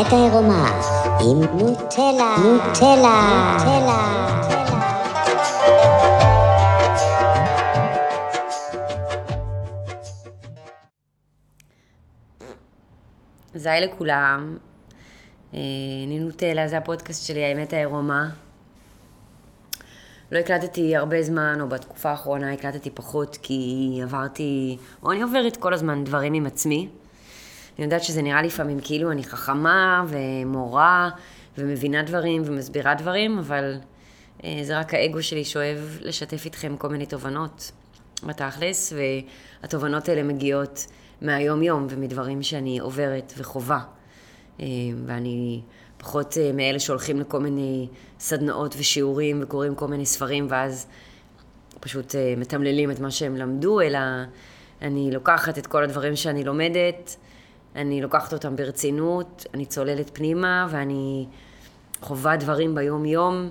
האמת העירומה עם נוטלה. זי לכולם, אני נוטלה, זה הפודקאסט שלי, האמת העירומה. לא הקלטתי הרבה זמן, או בתקופה האחרונה הקלטתי פחות, כי אני עוברת כל הזמן דברים עם עצמי. אני יודעת שזה נראה לפעמים כאילו אני חכמה ומורה, ומבינה דברים ומסבירה דברים, אבל זה רק האגו שלי שאוהב לשתף איתכם כל מיני תובנות בתכלס, והתובנות האלה מגיעות מהיום יום ומדברים שאני עוברת וחובה. ואני פחות מאלה שהולכים לכל מיני סדנאות ושיעורים וקוראים כל מיני ספרים, ואז פשוט מתמללים את מה שהם למדו, אלא אני לוקחת את כל הדברים שאני לומדת, אני לוקחת אותם ברצינות, אני צוללת פנימה, ואני חובה דברים ביום יום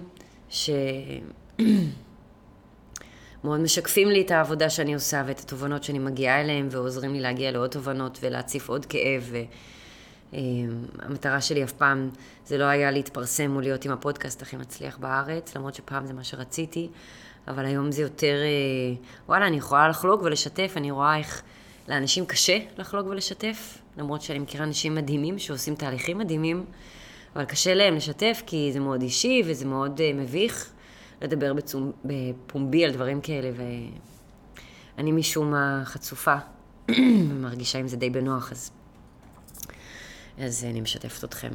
מאוד משקפים לי את העבודה שאני עושה ואת התובנות שאני מגיעה אליהם, ועוזרים לי להגיע לעוד תובנות ולהציף עוד כאב. המטרה שלי אף פעם זה לא היה להתפרסם או להיות עם הפודקאסט הכי מצליח בארץ, למרות שפעם זה מה שרציתי, אבל היום זה יותר, אני יכולה לחלוק ולשתף. אני רואה איך לאנשים קשה לחלוק ולשתף, למרות שאני מכירה אנשים מדהימים שעושים תהליכים מדהימים, אבל קשה להם לשתף כי זה מאוד אישי וזה מאוד מביך לדבר בפומבי על דברים כאלה, ואני משום מה חצופה ומרגישה עם זה די בנוח, אז אני משתפת אתכם.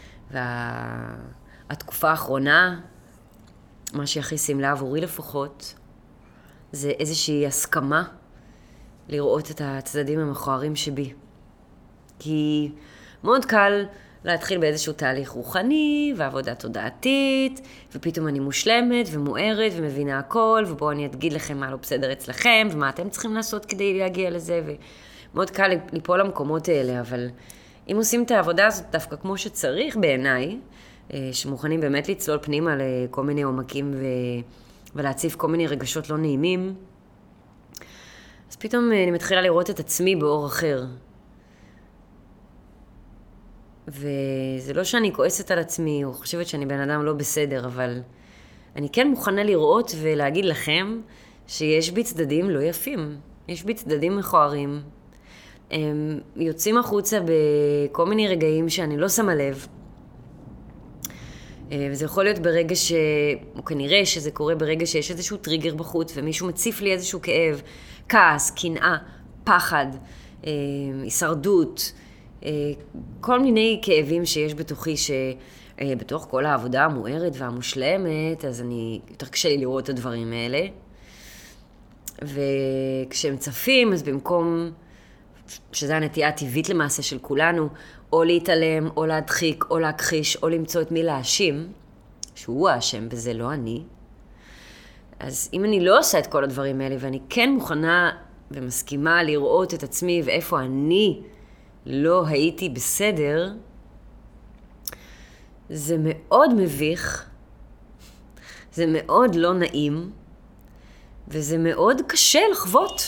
והתקופה האחרונה, מה שהכי סמלה עבורי לפחות, זה איזושהי הסכמה לראות את הצדדים המכוערים שבי. כי מאוד קל להתחיל באיזשהו תהליך רוחני ועבודה תודעתית, ופתאום אני מושלמת ומוארת ומבינה הכל, ובואו אני אגיד לכם מה לא בסדר אצלכם, ומה אתם צריכים לעשות כדי להגיע לזה, ומאוד קל ליפול למקומות האלה, אבל אם עושים את העבודה הזאת דווקא כמו שצריך בעיניי, שמוכנים באמת לצלול פנימה לכל מיני עומקים ולהציף כל מיני רגשות לא נעימים, אז פתאום אני מתחילה לראות את עצמי באור אחר. וזה לא שאני כועסת על עצמי או חושבת שאני בן אדם לא בסדר, אבל אני כן מוכנה לראות ולהגיד לכם שיש בי צדדים לא יפים. יש בי צדדים מכוערים. הם יוצאים החוצה בכל מיני רגעים שאני לא שמה לב. וזה יכול להיות ברגע או כנראה שזה קורה ברגע שיש איזשהו טריגר בחוץ, ומישהו מציף לי איזשהו כאב, כעס, קנאה, פחד, הישרדות, כל מיני כאבים שיש בתוכי, שבתוך כל העבודה המוארת והמושלמת, אז יותר קשה לי לראות את הדברים האלה. וכשהם צפים, אז במקום שזה הנטייה הטבעית למעשה של כולנו, או להתעלם, או להדחיק, או להכחיש, או למצוא את מי להאשים, שהוא האשם וזה לא אני. אז אם אני לא עושה את כל הדברים האלה, ואני כן מוכנה ומסכימה לראות את עצמי ואיפה אני לא הייתי בסדר, זה מאוד מביך, זה מאוד לא נעים, וזה מאוד קשה לחוות.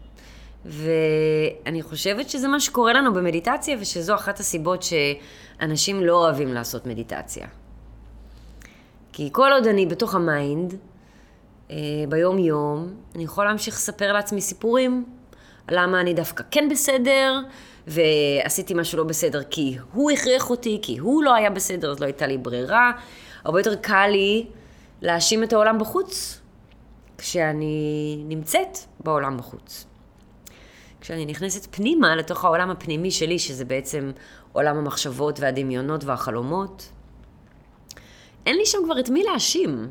ואני חושבת שזה מה שקורה לנו במדיטציה, ושזו אחת הסיבות שאנשים לא אוהבים לעשות מדיטציה. כי כל עוד אני בתוך המיינד, ביום יום, אני יכולה להמשיך לספר לעצמי סיפורים, למה אני דווקא כן בסדר, ועשיתי משהו לא בסדר כי הוא הכריח אותי, כי הוא לא היה בסדר, אז לא הייתה לי ברירה. הרבה יותר קל לי להאשים את העולם בחוץ, כשאני נמצאת בעולם בחוץ. כשאני נכנסת פנימה לתוך העולם הפנימי שלי, שזה בעצם עולם המחשבות והדמיונות והחלומות, אין לי שם כבר את מי להאשים.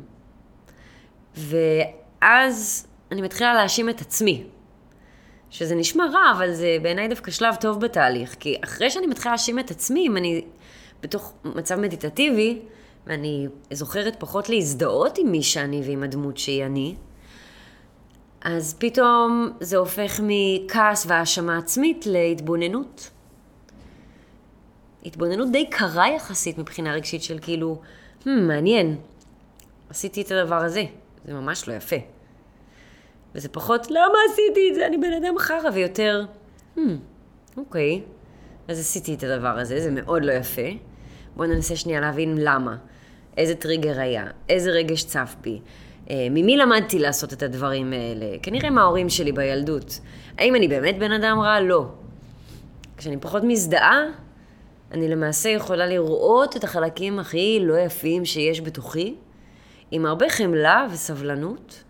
ואז אני מתחילה להאשים את עצמי. שזה נשמע רע, אבל זה בעיניי דווקא שלב טוב בתהליך. כי אחרי שאני מתחילה להאשים את עצמי, אם אני בתוך מצב מדיטטיבי, ואני זוכרת פחות להזדהות עם מי שאני ועם הדמות שהיא אני, אז פתאום זה הופך מכעס והאשמה עצמית להתבוננות. התבוננות די קרה יחסית מבחינה רגשית של כאילו, מעניין, עשיתי את הדבר הזה, זה ממש לא יפה. וזה פחות, למה עשיתי את זה? אני בן אדם חרא, ויותר, אוקיי, אז עשיתי את הדבר הזה, זה מאוד לא יפה. בואו ננסה שנייה להבין למה. איזה טריגר היה, איזה רגש צף בי. ממי למדתי לעשות את הדברים האלה? כנראה מההורים שלי בילדות. האם אני באמת בן אדם רע? לא. כשאני פחות מזדהה, אני למעשה יכולה לראות את החלקים הכי לא יפים שיש בתוכי, עם הרבה חמלה וסבלנות,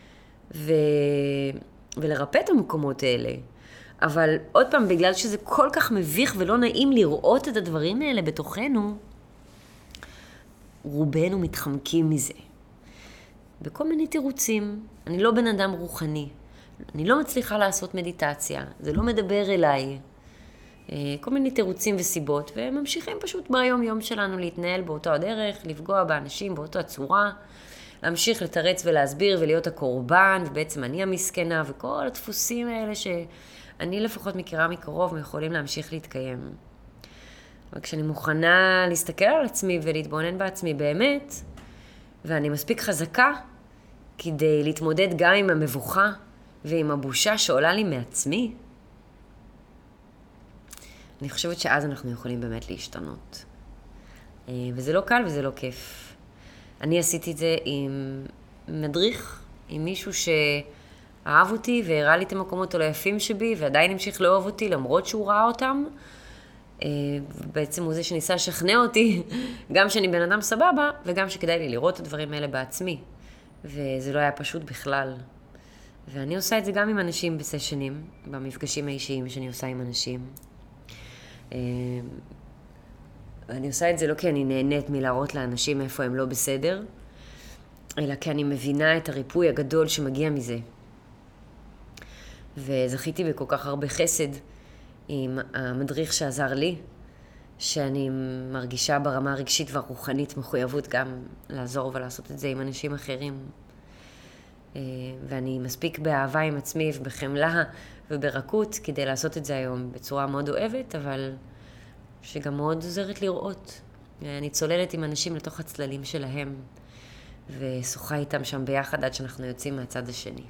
ולרפא את המקומות האלה. אבל עוד פעם, בגלל שזה כל כך מביך ולא נעים לראות את הדברים האלה בתוכנו, רובנו מתחמקים מזה. בכל מיני תירוצים. אני לא בן אדם רוחני. אני לא מצליחה לעשות מדיטציה. זה לא מדבר אליי. כל מיני תירוצים וסיבות, וממשיכים פשוט ביום יום שלנו להתנהל באותו הדרך, לפגוע באנשים באותו הצורה, להמשיך לתרץ ולהסביר ולהיות הקורבן, ובעצם אני המסכנה, וכל הדפוסים האלה שאני לפחות מכירה מקרוב, יכולים להמשיך להתקיים. וכשאני מוכנה להסתכל על עצמי ולהתבונן בעצמי באמת, ואני מספיק חזקה כדי להתמודד גם עם המבוכה ועם הבושה שעולה לי מעצמי, אני חושבת שאז אנחנו יכולים באמת להשתנות. וזה לא קל וזה לא כיף. אני עשיתי את זה עם מדריך, עם מישהו שאהב אותי והראה לי את המקומות הלא יפים שבי, ועדיין המשיך לאהוב אותי למרות שהוא ראה אותם. בעצם הוא זה שניסה לשכנע אותי, גם שאני בן אדם סבבה, וגם שכדאי לי לראות את הדברים האלה בעצמי. וזה לא היה פשוט בכלל. ואני עושה את זה גם עם אנשים בסשנים, במפגשים האישיים שאני עושה עם אנשים. אני עושה את זה לא כי אני נהנית מלהראות לאנשים איפה הם לא בסדר, אלא כי אני מבינה את הריפוי הגדול שמגיע מזה. וזכיתי בכל כך הרבה חסד עם המדריך שעזר לי, שאני מרגישה ברמה הרגשית והרוחנית מחויבות גם לעזור ולעשות את זה עם אנשים אחרים. ואני מספיק באהבה עם עצמי ובחמלה וברכות כדי לעשות את זה היום בצורה מאוד אוהבת, אבל שגם מאוד עוזרת לראות. אני צוללת עם אנשים לתוך הצללים שלהם, ושוחה איתם שם ביחד עד שאנחנו יוצאים מהצד השני.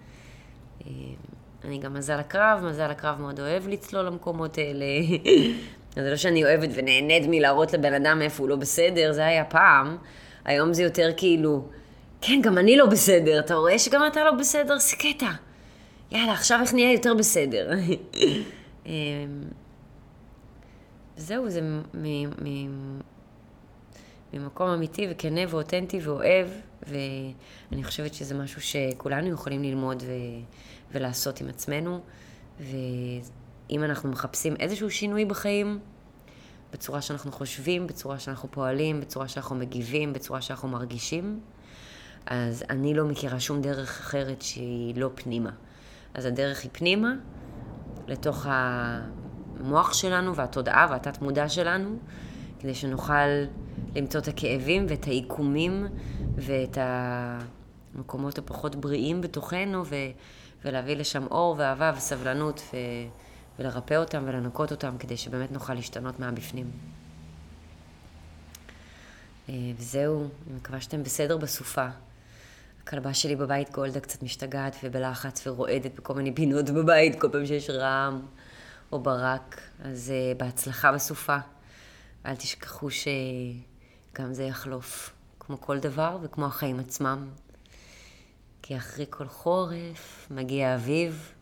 אני גם מזל הקרב מאוד אוהב לצלול למקומות האלה. זה לא שאני אוהבת ונהנית מלהראות לבן אדם איפה הוא לא בסדר, זה היה פעם. היום זה יותר כאילו, כן, גם אני לא בסדר, אתה רואה שגם אתה לא בסדר? זה קטע. יאללה, עכשיו איך נהיה יותר בסדר. וזהו, זה ממקום אמיתי וכנה ואותנטי ואוהב, ואני חושבת שזה משהו שכולנו יכולים ללמוד ולעשות עם עצמנו, ואם אנחנו מחפשים איזשהו שינוי בחיים, בצורה שאנחנו חושבים, בצורה שאנחנו פועלים, בצורה שאנחנו מגיבים, בצורה שאנחנו מרגישים, אז אני לא מכירה שום דרך אחרת שהיא לא פנימה. אז הדרך היא פנימה, לתוך המוח שלנו והתודעה והתת מודע שלנו, כדי שנוכל למצוא את הכאבים ואת העיקומים ואת המקומות הפחות בריאים בתוכנו, ולהביא לשם אור ואהבה וסבלנות ולרפא אותם ולנקות אותם, כדי שבאמת נוכל להשתנות מהבפנים. וזהו, אני מקווה שאתם בסדר בסופה. הכלבה שלי בבית גולדה קצת משתגעת ובלחץ ורועדת בכל מיני פינות בבית, כל פעם שיש רעם או ברק, אז בהצלחה בסופה. אל תשכחו שגם זה יחלוף, כמו כל דבר וכמו החיים עצמם. כי אחרי כל חורף מגיע אביב,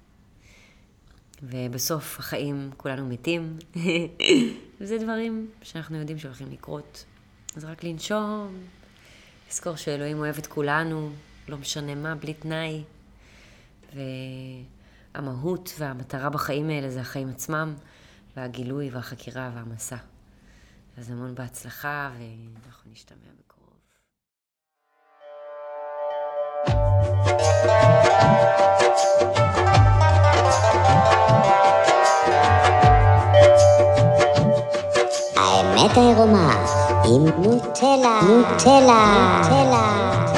ובסוף החיים כולנו מתים. וזה דברים שאנחנו יודעים שהולכים לקרות. אז רק לנשום, לזכור שאלוהים אוהב את כולנו, לא משנה מה, בלי תנאי. והמהות והמטרה בחיים האלה זה החיים עצמם, והגילוי והחקירה והמסע. אז המון בהצלחה, ואנחנו נשתמע בקרוב. האמת העירומה עם נוטלה.